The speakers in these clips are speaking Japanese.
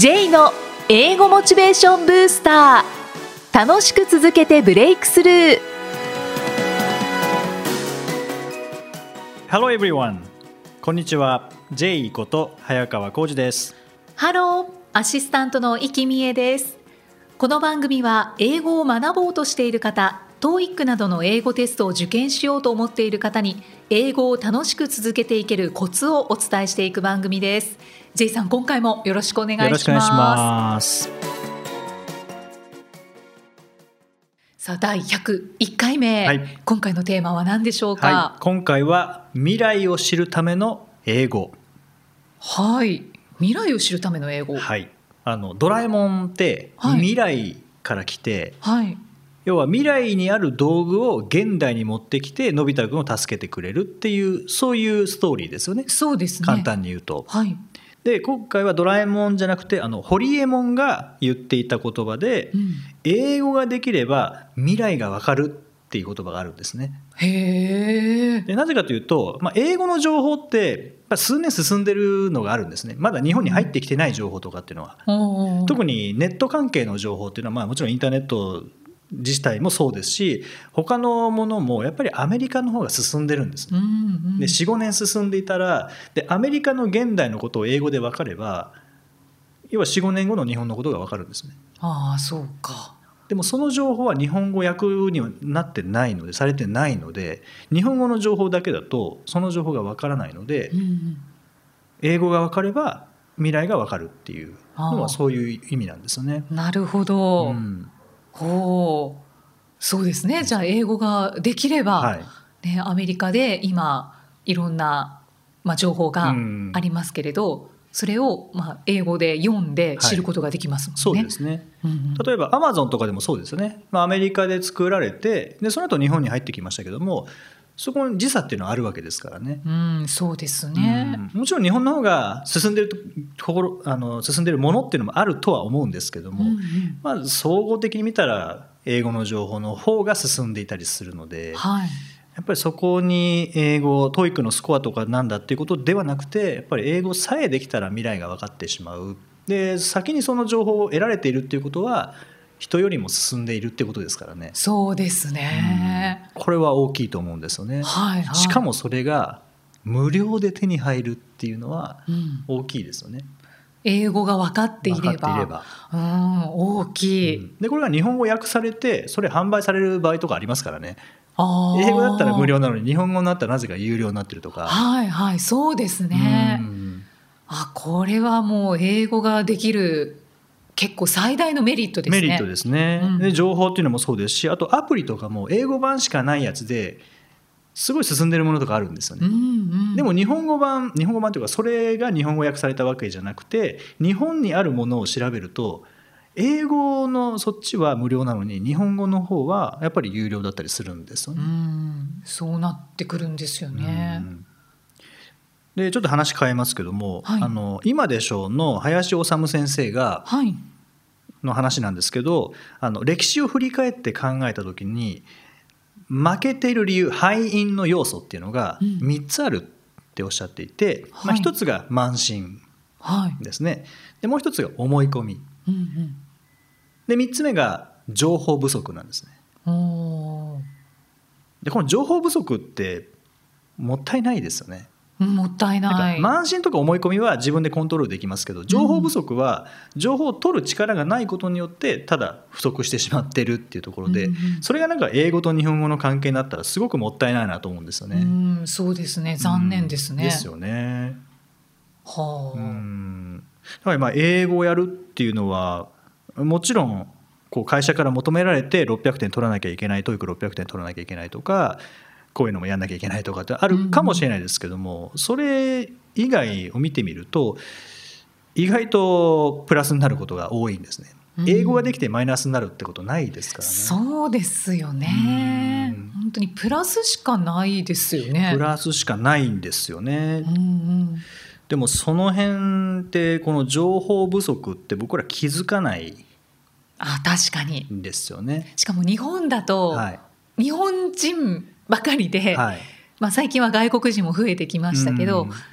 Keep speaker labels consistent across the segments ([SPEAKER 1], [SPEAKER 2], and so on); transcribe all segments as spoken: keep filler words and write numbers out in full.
[SPEAKER 1] ジェイ の英語モチベーションブースター。楽しく続けてブレイクスルー。
[SPEAKER 2] Hello everyone。 こんにちは。 ジェイ こと早川浩二です。
[SPEAKER 1] ハロー、アシスタントの生きみえです。この番組は英語を学ぼうとしている方、トーイック などの英語テストを受験しようと思っている方に英語を楽しく続けていけるコツをお伝えしていく番組です。 J さん、今回もよろしくお願いします。
[SPEAKER 2] よろしくお願いします。
[SPEAKER 1] さあ、だいひゃくいっかいめ、
[SPEAKER 2] はい、
[SPEAKER 1] 今回のテーマは何でしょうか？
[SPEAKER 2] はい、今回は未来を知るための英語。
[SPEAKER 1] はい、未来を知るための英語。
[SPEAKER 2] はい、あのドラえもんって未来から来て、
[SPEAKER 1] はい、
[SPEAKER 2] 要は未来にある道具を現代に持ってきてのび太くんを助けてくれるっていう、そういうストーリーですよね。
[SPEAKER 1] そうですね、
[SPEAKER 2] 簡単に言うと。
[SPEAKER 1] はい、
[SPEAKER 2] で今回はドラえもんじゃなくて、あのホリエモンが言っていた言葉で、うん、英語ができれば未来がわかるっていう言葉があるんですね。
[SPEAKER 1] へー。
[SPEAKER 2] でなぜかというと、まあ、英語の情報ってやっぱ数年進んでるのがあるんですね。まだ日本に入ってきてない情報とかっていうのは、うん、特にネット関係の情報っていうのは、まあ、もちろんインターネット自体もそうですし、他のものもやっぱりアメリカの方が進んでるんですね、うんうん、で よん,ご 年進んでいたら、でアメリカの現代のことを英語で分かれば、要は よん,ご 年後の日本のことが分かるんですね。
[SPEAKER 1] ああ、そうか。
[SPEAKER 2] でもその情報は日本語訳にはなってないので、されてないので、日本語の情報だけだとその情報が分からないので、うんうん、英語が分かれば未来が分かるっていうのはそういう意味なんですよね。
[SPEAKER 1] なるほど、うん、ほう、そうですね。じゃあ英語ができれば、はいね、アメリカで今いろんな、まあ、情報がありますけれど、うん、それをまあ英語で読んで知ることができますもんね。はい、そうですね、うんうん、
[SPEAKER 2] 例えばアマゾンとかでもそうですよね。まあ、アメリカで作られて、でその後日本に入ってきましたけども、そこに時差っていうのはあるわけですからね。
[SPEAKER 1] うん、そうですね、
[SPEAKER 2] うん、もちろん日本の方が進んでるところ、あの進んでるものっていうのもあるとは思うんですけども、うんうん、まあ、総合的に見たら英語の情報の方が進んでいたりするので、はい、やっぱりそこに英語、トーイックのスコアとかなんだっていうことではなくて、やっぱり英語さえできたら未来が分かってしまう。で先にその情報を得られているっていうことは人よりも進んでいるってことですからね。
[SPEAKER 1] そうですね、
[SPEAKER 2] うん、これは大きいと思うんですよね、はいはい、しかもそれが無料で手に入るっていうのは大きいですよね、うん、
[SPEAKER 1] 英語が分かっていれば、分かっていれば、うん、大きい、うん、
[SPEAKER 2] でこれが日本語訳されてそれ販売される場合とかありますからね。あ、英語だったら無料なのに日本語になったらなぜか有料になってるとか。
[SPEAKER 1] はいはい、そうですね、うん、あ、これはもう英語ができる結構最大のメリットですね。
[SPEAKER 2] メリットですね、うん、で情報っていうのもそうですし、あとアプリとかも英語版しかないやつですごい進んでるものとかあるんですよね、うんうん、でも日本語版日本語版というか、それが日本語訳されたわけじゃなくて、日本にあるものを調べると英語のそっちは無料なのに日本語の方はやっぱり有料だったりするんですよね。
[SPEAKER 1] うん、そうなってくるんですよね、うん、
[SPEAKER 2] でちょっと話変えますけども、はい、あの今でしょうの林修先生が、はい、の話なんですけど、あの歴史を振り返って考えた時に負けている理由、敗因の要素っていうのがみっつあるっておっしゃっていて、うん、まあ、ひとつが慢心ですね、はい、でもうひとつが思い込み、うんうん、でみっつめが情報不足なんですね。おでこの情報不足ってもったいないですよね。
[SPEAKER 1] もったいない。
[SPEAKER 2] なんか慢心とか思い込みは自分でコントロールできますけど、情報不足は情報を取る力がないことによってただ不足してしまってるっていうところで、うんうん、それがなんか英語と日本語の関係になったらすごくもったいないなと思うんですよね。
[SPEAKER 1] うん、そうですね、残念ですね、
[SPEAKER 2] うん、ですよね。
[SPEAKER 1] はあ、
[SPEAKER 2] うん、だからまあ英語をやるっていうのはもちろんこう会社から求められてろっぴゃくてん取らなきゃいけない、トーイックろっぴゃくてん取らなきゃいけないとか、こういうのもやんなきゃいけないとかってあるかもしれないですけども、うん、それ以外を見てみると意外とプラスになることが多いんですね。英語ができてマイナスになるってことないですからね。
[SPEAKER 1] そうですよね、うん、本当にプラスしかないですよね。
[SPEAKER 2] プラスしかないんですよね、うんうん、でもその辺ってこの情報不足って僕ら気づかない
[SPEAKER 1] あ、確かに
[SPEAKER 2] ですよね。
[SPEAKER 1] しかも日本だと、はい、日本人ばかりで、はい、まあ、最近は外国人も増えてきましたけど、うん、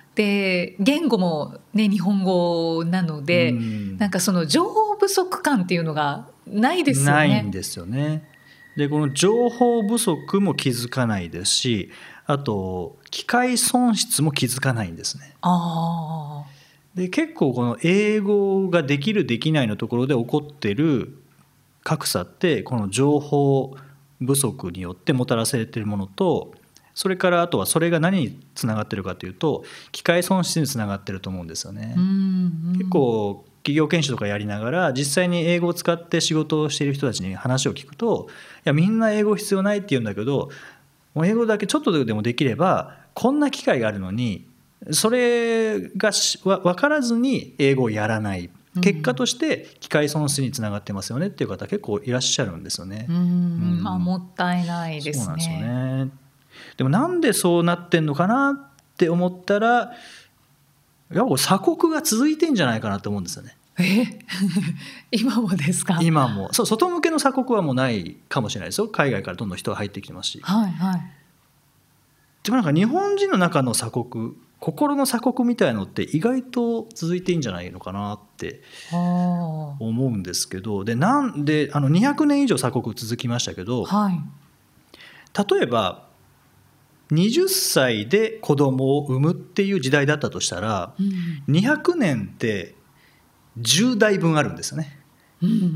[SPEAKER 1] で言語も、ね、日本語なので、うん、なんかその情報不足感っていうのがないですよね。
[SPEAKER 2] ないんですよね。でこの情報不足も気づかないですし、あと機会損失も気づかないんですね。
[SPEAKER 1] あ
[SPEAKER 2] で結構この英語ができるできないのところで起こってる格差って、この情報不足によってもたらされているものと、それからあとはそれが何につながっているかというと、機会損失につながっていると思うんですよね。
[SPEAKER 1] うんうん、
[SPEAKER 2] 結構企業研修とかやりながら実際に英語を使って仕事をしている人たちに話を聞くと、いやみんな英語必要ないって言うんだけど、もう英語だけちょっとでもできればこんな機会があるのに、それが分からずに英語をやらない、結果として機会損失につながってますよねっていう方結構いらっしゃるんですよね。
[SPEAKER 1] うん、うんまあ、もったいないですね。
[SPEAKER 2] そうなんですよね。でもなんでそうなってんのかなって思ったら、いや鎖国が続いてんじゃないかなと思うんですよね。
[SPEAKER 1] え今もですか？
[SPEAKER 2] 今もそう、外向けの鎖国はもうないかもしれないですよ。海外からどんどん人が入ってきてますし、
[SPEAKER 1] はいはい、
[SPEAKER 2] でもなんか日本人の中の鎖国、心の鎖国みたいのって意外と続いていいんじゃないのかなって思うんですけど、でなんであのにひゃくねん以上鎖国続きましたけど、
[SPEAKER 1] はい、
[SPEAKER 2] 例えばはたちで子供を産むっていう時代だったとしたら、うん、にひゃくねんってじゅうだいぶんあるんですよね。
[SPEAKER 1] うんうんうん、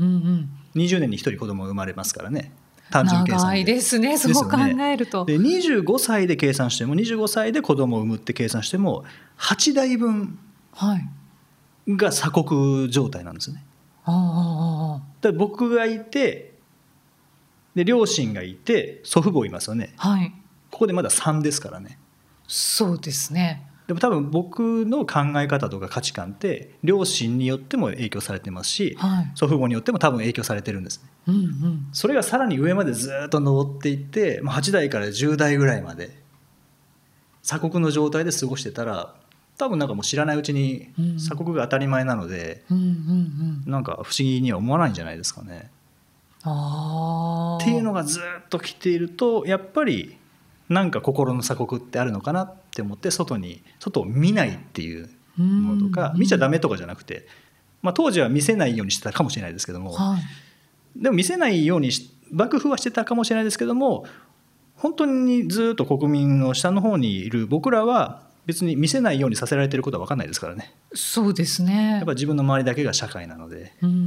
[SPEAKER 2] にじゅうねんにひとり子供が生まれますからね。単純計算で
[SPEAKER 1] 長いですね、そう考えると。
[SPEAKER 2] でにじゅうごさいで計算しても、にじゅうごさいで子供を産むって計算してもはちだいぶんが鎖国状態なんですよね。
[SPEAKER 1] はい、
[SPEAKER 2] だから僕がいて、で両親がいて、祖父母いますよね、
[SPEAKER 1] はい、
[SPEAKER 2] ここでまださんですからね。
[SPEAKER 1] そうですね。
[SPEAKER 2] でも多分僕の考え方とか価値観って両親によっても影響されてますし、
[SPEAKER 1] はい、
[SPEAKER 2] 祖父母によっても多分影響されてるんですね、
[SPEAKER 1] うんうん、
[SPEAKER 2] それがさらに上までずっと上っていって、はちだいからじゅうだいぐらいまで鎖国の状態で過ごしてたら、多分なんかもう知らないうちに鎖国が当たり前なので、
[SPEAKER 1] うんうんうんうん、
[SPEAKER 2] なんか不思議には思わないんじゃないですかね。
[SPEAKER 1] あ
[SPEAKER 2] っていうのがずっと来ていると、やっぱりなんか心の鎖国ってあるのかなって思って、外に外を見ないっていうものとか、見ちゃダメとかじゃなくて、まあ、当時は見せないようにしてたかもしれないですけども、
[SPEAKER 1] はい、
[SPEAKER 2] でも見せないように幕府はしてたかもしれないですけども、本当にずっと国民の下の方にいる僕らは別に見せないようにさせられていることは分かんないですからね。
[SPEAKER 1] そうですね。
[SPEAKER 2] やっぱ自分の周りだけが社会なので、
[SPEAKER 1] うんうん、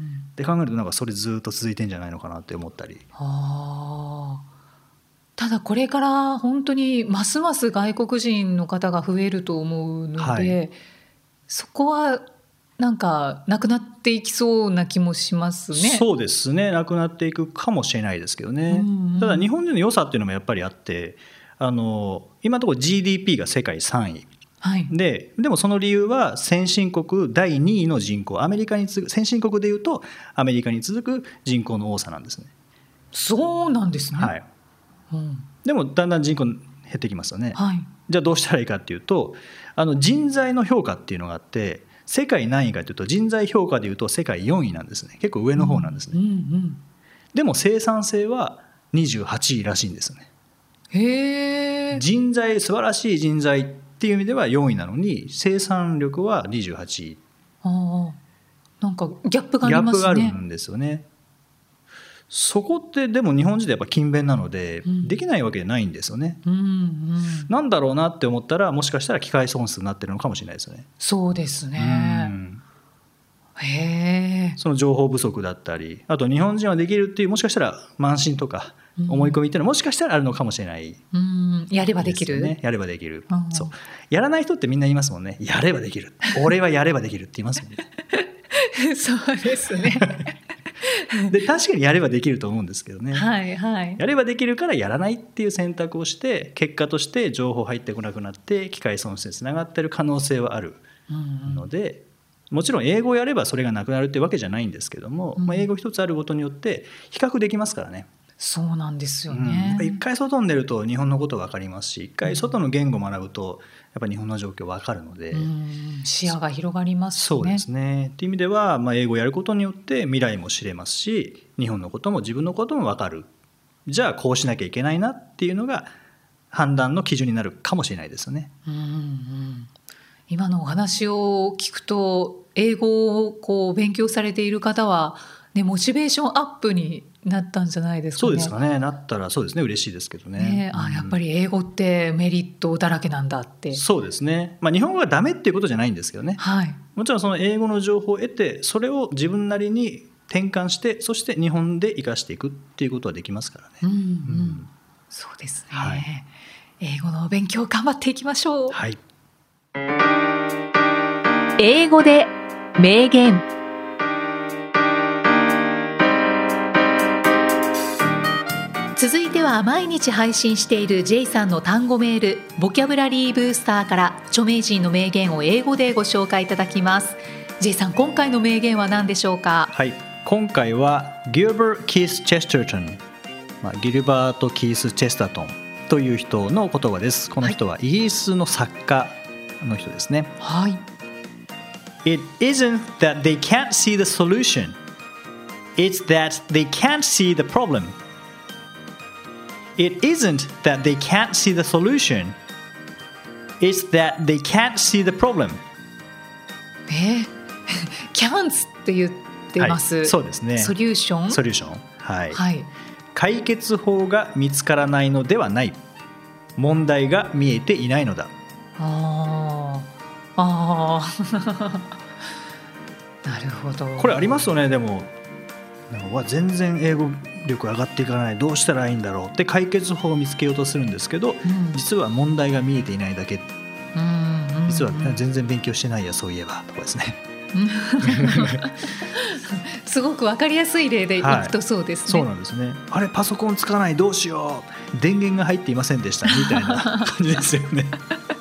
[SPEAKER 2] で考えるとなんかそれずっと続いてんじゃないのかなって思ったり。
[SPEAKER 1] あただこれから本当にますます外国人の方が増えると思うので、はい、そこはなんかなくなっていきそうな気もしますね。
[SPEAKER 2] そうですね、なくなっていくかもしれないですけどね、うんうん、ただ日本人の良さっていうのもやっぱりあって、あの今のところ ジーディーピー が世界さんい、はい、で, でもその理由は先進国だいにいの人口、アメリカに次ぐ、先進国でいうとアメリカに続く人口の多さなんですね。
[SPEAKER 1] そうなんですね、
[SPEAKER 2] はいうん、でもだんだん人口減ってきますよね、
[SPEAKER 1] はい、
[SPEAKER 2] じゃあどうしたらいいかっていうと、あの人材の評価っていうのがあって、世界何位かというと人材評価でいうと世界よんいなんですね。結構上の方なんですね、
[SPEAKER 1] うんうんうん、
[SPEAKER 2] でも生産性はにじゅうはちいらしいんですよね。
[SPEAKER 1] へー、
[SPEAKER 2] 人材、素晴らしい人材っていう意味ではよんいなのに生産力はにじゅうはちい。
[SPEAKER 1] あなんかギャップがありますね。
[SPEAKER 2] ギャップがあるんですよね。そこってでも日本人でやっぱ勤勉なので、うん、できないわけじゃないんですよね、うんうん、なんだろうなって思ったら、もしかしたら機会損失になってるのかもしれないですよね。
[SPEAKER 1] そうですね、うん、へー、
[SPEAKER 2] その情報不足だったり、あと日本人はできるっていう、もしかしたら慢心とか思い込みっていうのはもしかしたらあるのかもしれない、
[SPEAKER 1] うん、やればできる、
[SPEAKER 2] ね、やればできる、うん、そうやらない人ってみんな言いますもんね。やればできる、俺はやればできるって言いますもんね
[SPEAKER 1] そうですね
[SPEAKER 2] で確かにやればできると思うんですけどね、
[SPEAKER 1] はいはい、
[SPEAKER 2] やればできるからやらないっていう選択をして、結果として情報入ってこなくなって機会損失につながっている可能性はあるので、うん、もちろん英語をやればそれがなくなるってわけじゃないんですけども、うんまあ、英語一つあることによって比較できますからね。
[SPEAKER 1] そうなんですよね、
[SPEAKER 2] うん、一回外に出ると日本のことが分かりますし、一回外の言語を学ぶとやっぱり日本の状況分かるので、うん、
[SPEAKER 1] 視野が広がりますね。
[SPEAKER 2] そうですね。っていう意味では、まあ、英語をやることによって未来も知れますし、日本のことも自分のことも分かる。じゃあこうしなきゃいけないなっていうのが判断の基準になるかもしれないですよね。
[SPEAKER 1] うんうん、今のお話を聞くと英語をこう勉強されている方は、ね、モチベーションアップになったんじゃないですかね。
[SPEAKER 2] そうですかね。なったらそうですね、嬉しいですけどね。
[SPEAKER 1] ね、あ、やっぱり英語ってメリットだらけなんだって。
[SPEAKER 2] そうですね、まあ、日本語がダメっていうことじゃないんですけどね、
[SPEAKER 1] はい、
[SPEAKER 2] もちろんその英語の情報を得てそれを自分なりに転換してそして日本で生かしていくっていうことはできますからね。
[SPEAKER 1] うんうん
[SPEAKER 2] うん、
[SPEAKER 1] そうですね、
[SPEAKER 2] はい、
[SPEAKER 1] 英語の勉強頑張っていきましょう。
[SPEAKER 2] はい、
[SPEAKER 1] 英語で名言。続いては毎日配信している J さんの単語メールボキャブラリーブースターから著名人の名言を英語でご紹介いただきます。 J さん、今回の名言は何でしょうか？
[SPEAKER 2] はい、今回はギルバート・キース・チェスタートン、まあ、ギルバート・キース・チェスタートンという人の言葉です。この人はイギリスの作家の人ですね。
[SPEAKER 1] はい、
[SPEAKER 2] It isn't that they can't see the solution. It's that they can't see the problem.It isn't that they can't see the solution. It's that they can't see the problem.
[SPEAKER 1] えー、can't って言ってます、
[SPEAKER 2] はい、そうですね。
[SPEAKER 1] ソリューション。
[SPEAKER 2] ソリューション、はい、
[SPEAKER 1] はい、
[SPEAKER 2] 解決法が見つからないのではない。問題が見えていないのだ。
[SPEAKER 1] ああなるほど。
[SPEAKER 2] これありますよね。でも全然英語力上がっていかない、どうしたらいいんだろうって解決法を見つけようとするんですけど、うん、実は問題が見えていないだけ、うんうんうん、実は全然勉強してないやそういえばとかですね
[SPEAKER 1] すごく分かりやすい例でいくとそうですね、
[SPEAKER 2] はい、そうなんですね。あれパソコンつかない、どうしよう、電源が入っていませんでしたみたいな感じですよね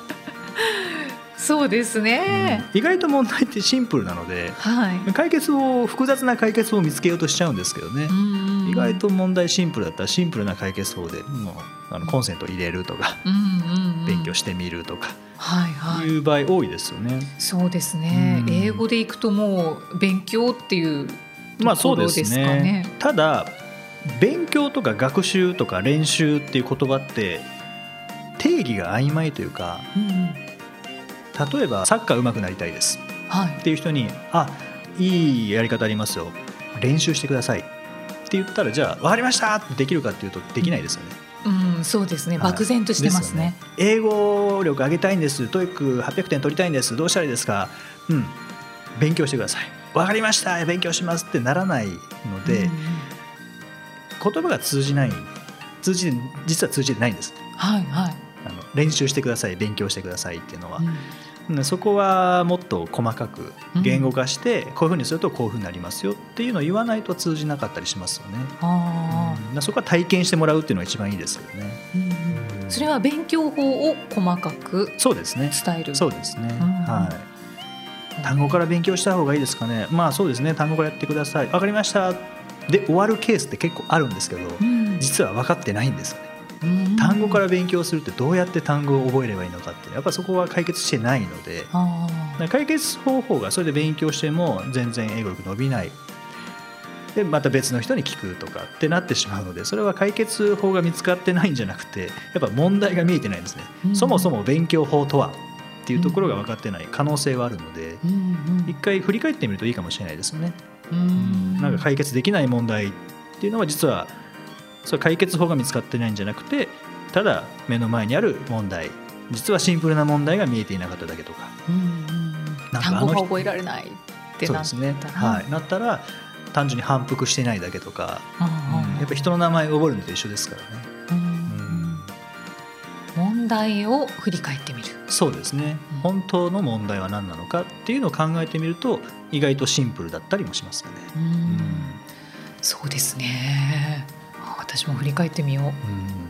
[SPEAKER 1] そうですね、
[SPEAKER 2] うん、意外と問題ってシンプルなので、はい、解決を複雑な解決法を見つけようとしちゃうんですけどね、うん、意外と問題シンプルだったらシンプルな解決法でもうあのコンセント入れるとか、うんうんうん、勉強してみるとか、はいはい、いう場合多いですよね。
[SPEAKER 1] そうですね、うん、英語でいくともう勉強っていうところですかね。まあそうですね。
[SPEAKER 2] ただ勉強とか学習とか練習っていう言葉って定義が曖昧というか、うん例えばサッカー上手くなりたいです、はい、っていう人にあいいやり方ありますよ、練習してくださいって言ったらじゃあ分かりましたってできるかっていうとできないですよね。
[SPEAKER 1] うん、そうですね、漠然としてますね。
[SPEAKER 2] ですよね。英語力上げたいんです、トイックはっぴゃくてん取りたいんです、どうしたらいいですか、うん、勉強してください、分かりました勉強しますってならないので、うん、言葉が通じない通じ実は通じてないんです、はいはい、あの練習してください勉強してくださいっていうのは、うん、そこはもっと細かく言語化して、うん、こういうふうにするとこういうふうになりますよっていうのを言わないと通じなかったりしますよね。あ、うん、そこは体験してもらうっていうのが一番いいですよね、
[SPEAKER 1] うんうん、それは勉強法を細かく伝える。
[SPEAKER 2] そうですね、そうですね、うん、はい、単語から勉強した方がいいですかね。まあそうですね、単語からやってください、分かりましたで終わるケースって結構あるんですけど、うん、実は分かってないんですよね。単語から勉強するってどうやって単語を覚えればいいのかってやっぱそこは解決してないので、解決方法がそれで勉強しても全然英語力伸びないでまた別の人に聞くとかってなってしまうので、それは解決法が見つかってないんじゃなくてやっぱ問題が見えてないんですね、うん、そもそも勉強法とはっていうところが分かってない可能性はあるので、うん、一回振り返ってみるといいかもしれないですよね、うん、なんか解決できない問題っていうのは実はそれ解決法が見つかってないんじゃなくて、ただ目の前にある問題、実はシンプルな問題が見えていなかっただけとか、うんうん、
[SPEAKER 1] なんか単語が覚えられないってなったら、そうですね、
[SPEAKER 2] はい、なったら単純に反復してないだけとか、うんうん、やっぱ人の名前を覚えるのと一緒ですからね、うん
[SPEAKER 1] うん、問題を振り返ってみる。
[SPEAKER 2] そうですね、うん、本当の問題は何なのかっていうのを考えてみると意外とシンプルだったりもしますよね、うんうん、
[SPEAKER 1] そうですね、私も振り返ってみよう、うん、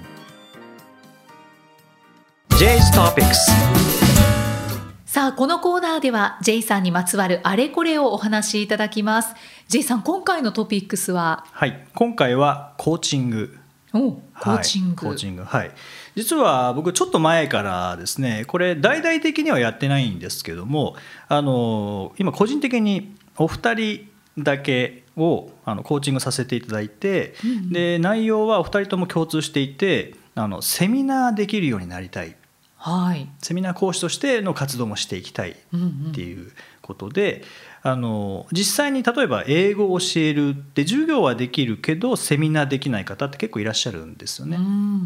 [SPEAKER 2] J's Topics。
[SPEAKER 1] さあこのコーナーでは J さんにまつわるあれこれをお話しいただきます。 J さん、今回のトピックスは？
[SPEAKER 2] はい、今回はコーチング。
[SPEAKER 1] お、コーチング、はい、
[SPEAKER 2] コーチング、はい、実は僕ちょっと前からですね、これ大々的にはやってないんですけども、あの今個人的にお二人だけをあのコーチングさせていただいて、うん、で内容はお二人とも共通していて、 あのセミナーできるようになりたい、
[SPEAKER 1] はい、
[SPEAKER 2] セミナー講師としての活動もしていきたいっていうことで、うんうん、あの実際に例えば英語を教えるって授業はできるけどセミナーできない方って結構いらっしゃるんですよね、うんうん、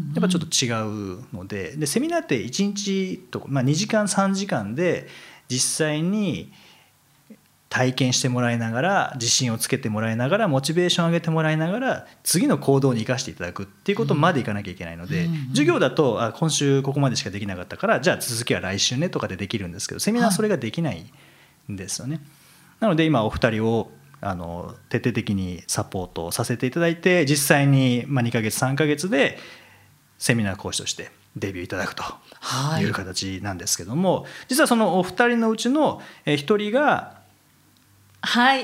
[SPEAKER 2] やっぱちょっと違うの で, でセミナーっていちにちとか、まあ、にじかんさんじかんで実際に体験してもらいながら自信をつけてもらいながらモチベーションを上げてもらいながら次の行動に生かしていただくっていうことまでいかなきゃいけないので、うんうんうん、授業だとあ今週ここまでしかできなかったからじゃあ続きは来週ねとかでできるんですけどセミナーはそれができないんですよね、はい、なので今お二人をあの徹底的にサポートさせていただいて実際にまあにかげつさんかげつでセミナー講師としてデビューいただくという形なんですけども、はい、実はそのお二人のうちの一人が
[SPEAKER 1] はい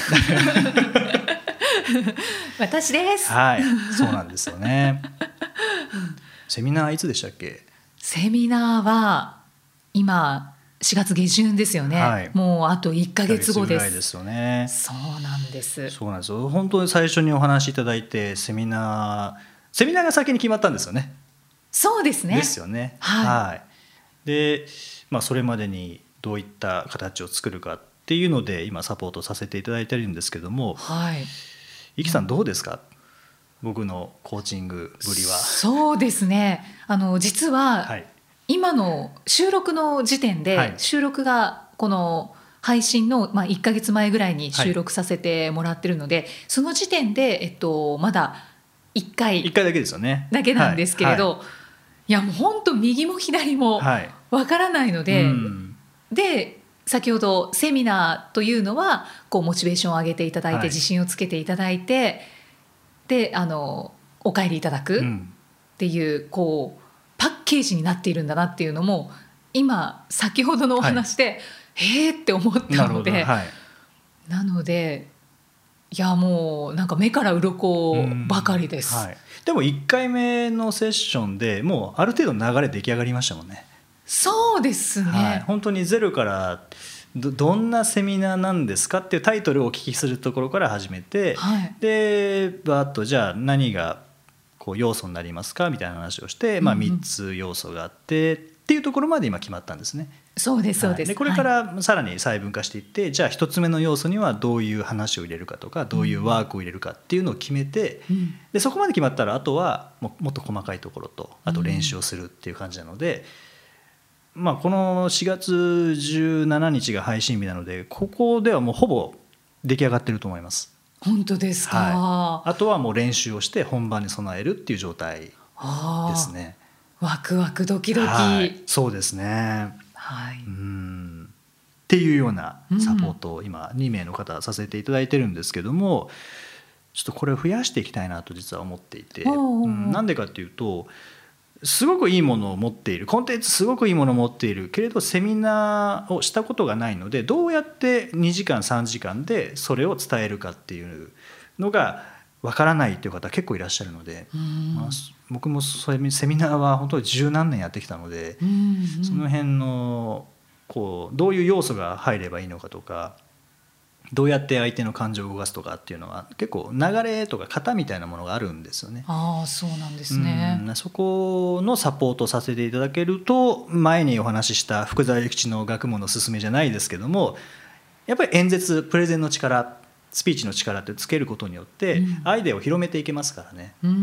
[SPEAKER 1] 私です。
[SPEAKER 2] はい、そうなんですよね。セミナーいつでしたっけ？
[SPEAKER 1] セミナーは今しがつ下旬ですよね、はい、もうあといっかげつごです。いっかげつぐらいですよね。そうなんです。
[SPEAKER 2] そうなんですよ。本当に最初にお話しいただいてセミナーセミナーが先に決まったんですよね。
[SPEAKER 1] そうですね。
[SPEAKER 2] ですよね。はい。はい、で、まあ、それまでにどういった形を作るかっていうので今サポートさせていただいてるんですけども、はい、イキさんどうですか、うん、僕のコーチングぶりは。
[SPEAKER 1] そうですね、あの実は今の収録の時点で、はい、収録がこの配信のまあいっかげつまえぐらいに収録させてもらってるので、はい、その時点で、えっと、まだいっかい
[SPEAKER 2] いっかいだけですよね。
[SPEAKER 1] だけなんですけれど、はいはい、いやもう本当右も左もわからないので、はい、うん、で先ほどセミナーというのはこうモチベーションを上げていただいて、はい、自信をつけていただいてであのお帰りいただくっていう、うん、こうパッケージになっているんだなっていうのも今先ほどのお話で、はい、へーって思ったので、なるほど、はい、なのでいやもうなんか目から鱗ばかりです、はい、
[SPEAKER 2] でもいっかいめのセッションでもうある程度流れ出来上がりましたもんね。
[SPEAKER 1] そうですね、はい、
[SPEAKER 2] 本当にゼロから ど, どんなセミナーなんですかっていうタイトルをお聞きするところから始めて、はい、でバーッとじゃあ何がこう要素になりますかみたいな話をして、まあ、みっつ要素があって、うんうん、っていうところまで今決まったんですね。
[SPEAKER 1] そうですそうです、はい、
[SPEAKER 2] でこれからさらに細分化していって、はい、じゃあひとつめの要素にはどういう話を入れるかとかどういうワークを入れるかっていうのを決めて、うん、でそこまで決まったらあとは も, もっと細かいところとあと練習をするっていう感じなので、うん、まあ、このしがつじゅうしちにちが配信日なのでここではもうほぼ出来上がってると思います。
[SPEAKER 1] 本当ですか、
[SPEAKER 2] はい、あとはもう練習をして本番に備えるっていう状態ですね。
[SPEAKER 1] ワクワクドキドキ、
[SPEAKER 2] はい、そうですね、はい、うんっていうようなサポートを今にめいの方させていただいてるんですけども、ちょっとこれを増やしていきたいなと実は思っていて、うん、なんでかっていうとすごくいいものを持っているコンテンツすごくいいものを持っているけれどセミナーをしたことがないのでどうやってにじかんさんじかんでそれを伝えるかっていうのがわからないっていう方結構いらっしゃるので、まあ、僕もそういうセミナーは本当に十何年やってきたので、うんうん、その辺のこうどういう要素が入ればいいのかとかどうやって相手の感情を動かすとかっていうのは結構流れとか型みたいなものがあるんですよね。
[SPEAKER 1] ああ、そうなんですね。
[SPEAKER 2] うん、そこのサポートをさせていただけると前にお話しした福沢諭吉の学問の勧めじゃないですけどもやっぱり演説プレゼンの力スピーチの力ってつけることによってアイデアを広めていけますからね。うんうん、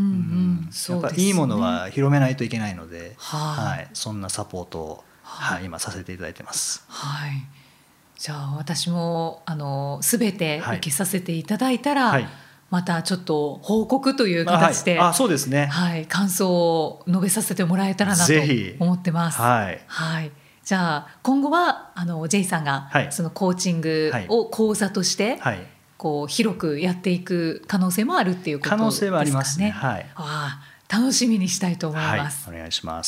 [SPEAKER 2] やっぱいいものは広めないといけないので、はい、そんなサポートを、はい、今させていただいてます。
[SPEAKER 1] はい、じゃあ私もあの全て受けさせていただいたら、はいはい、またちょっと報告という形で、
[SPEAKER 2] はい、あ、そうですね、
[SPEAKER 1] はい、感想を述べさせてもらえたらなと思ってます。はいはい、じゃあ今後はあの J さんがそのコーチングを講座として、はいはい、こう広くやっていく可能性もあるっていうことですかね。
[SPEAKER 2] 可能性はありますね。はい、
[SPEAKER 1] あ、楽しみにしたいと思います。
[SPEAKER 2] はい、お願いします。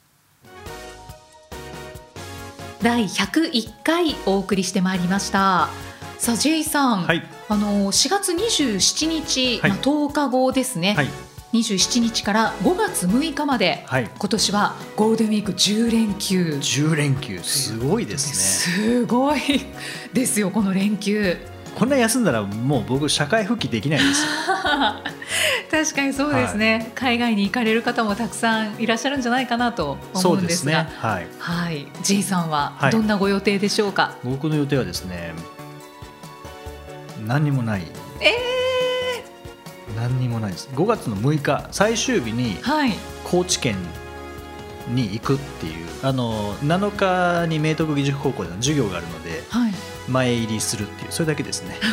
[SPEAKER 1] だいひゃくいっかいお送りしてまいりました。さあ J さん、はい、あのしがつにじゅうしちにち、はい、まあ、とおかごですね、はい、にじゅうしちにちからごがつむいかまで、はい、今年はゴールデンウィークじゅうれんきゅう
[SPEAKER 2] じゅうれんきゅうすごいですね。
[SPEAKER 1] すごいですよこの連休。
[SPEAKER 2] こんな休んだらもう僕社会復帰できないですよ
[SPEAKER 1] 確かにそうですね、はい、海外に行かれる方もたくさんいらっしゃるんじゃないかなと思うんですが、
[SPEAKER 2] そうですね、はい
[SPEAKER 1] はい、J さんはどんなご予定でしょうか？はい、
[SPEAKER 2] 僕の予定はですね、何にもない。
[SPEAKER 1] え
[SPEAKER 2] ー、何にもないです。ごがつのむいか最終日に高知県に行くっていう、あのなのかに明徳義塾高校での授業があるので、はい、前入りするっていう、それだけですね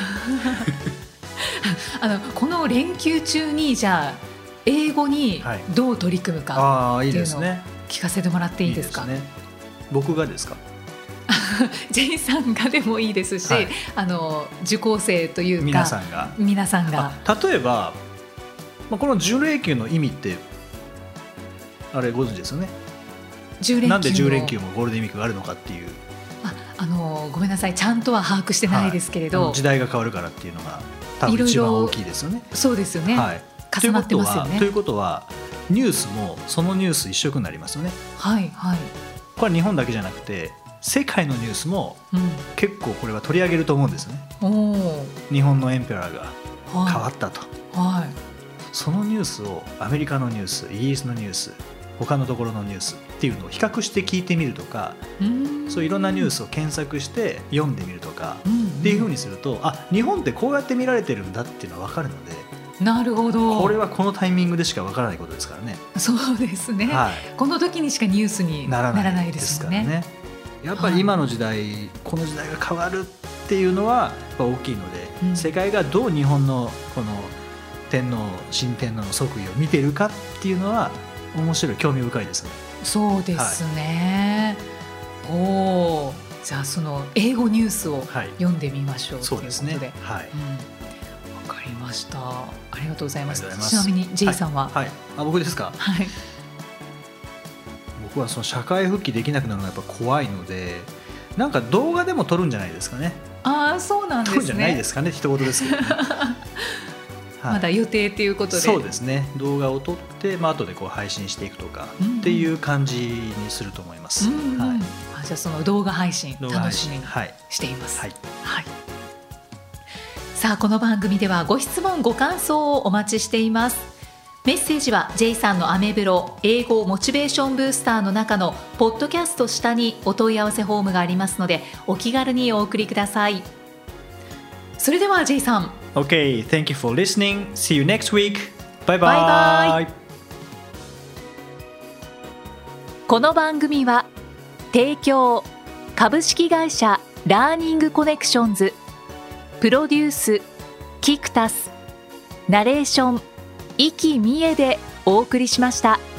[SPEAKER 1] あのこの連休中にじゃあ英語にどう取り組むかっていうのを聞かせてもらっていいですか？
[SPEAKER 2] いいですね。僕がですか？
[SPEAKER 1] J さんがでもいいですし、はい、あの受講生というか
[SPEAKER 2] 皆さんが
[SPEAKER 1] 皆さんが
[SPEAKER 2] 例えば、まあ、このじゅう連休の意味ってあれご存知ですよね。じゅう連休なんでじゅう連休もゴールデンウィークがあるのかっていう、
[SPEAKER 1] ああのごめんなさい、ちゃんとは把握してないですけれど、
[SPEAKER 2] はい、時代が変わるからっていうのが多分一番大きいですよね。
[SPEAKER 1] そうですよね、はい、重なってますよね。
[SPEAKER 2] ということはニュースもそのニュース一色になりますよね。
[SPEAKER 1] はいはい。
[SPEAKER 2] これは日本だけじゃなくて世界のニュースも結構これは取り上げると思うんですね、うん、日本のエンペラーが変わったと、はいはい、そのニュースをアメリカのニュース、イギリスのニュース、他のところのニュースっていうのを比較して聞いてみるとか、うんそういういろんなニュースを検索して読んでみるとか、うんうん、っていう風にすると、あ、日本ってこうやって見られてるんだっていうのは分かるので、
[SPEAKER 1] なるほど、
[SPEAKER 2] これはこのタイミングでしか分からないことですからね。
[SPEAKER 1] そうですね、はい、この時にしかニュースにならないですもんね。
[SPEAKER 2] やっぱり今の時代、はい、この時代が変わるっていうのはやっぱ大きいので、うん、世界がどう日本のこの天皇新天皇の即位を見ているかっていうのは面白い、興味深いですね。そうですね、
[SPEAKER 1] はい、おじゃあその英語ニュースを読んでみましょう、はい、ということで、そうですね、はい、うん、分かりました。ありがとうございます。ちなみに J さんは、
[SPEAKER 2] はいはい、あ僕ですか？はい、僕はその社会復帰できなくなるのがやっぱ怖いので、なんか動画でも撮るんじゃないですかね。
[SPEAKER 1] ああ、そうなんですね。
[SPEAKER 2] 撮るんじゃないですかね、一言ですけどねはい、
[SPEAKER 1] まだ予定ということで。
[SPEAKER 2] そうですね、動画を撮って、まあ後でこう配信していくとかっていう感じにすると思います、うんうん、はい、
[SPEAKER 1] あ、じゃあその動画配信楽しみにしています、
[SPEAKER 2] はい
[SPEAKER 1] はい、さあこの番組ではご質問ご感想をお待ちしています。メッセージは J さんのアメブロ英語モチベーションブースターの中のポッドキャスト下にお問い合わせフォームがありますので、お気軽にお送りください。それでは J さん、
[SPEAKER 2] Okay, thank you for listening. See you next week. Bye bye.
[SPEAKER 1] Bye bye. この番組は提供株式会社ラーニングコネクションズ、プロデュースキクタス、ナレーション生きみえでお送りしました。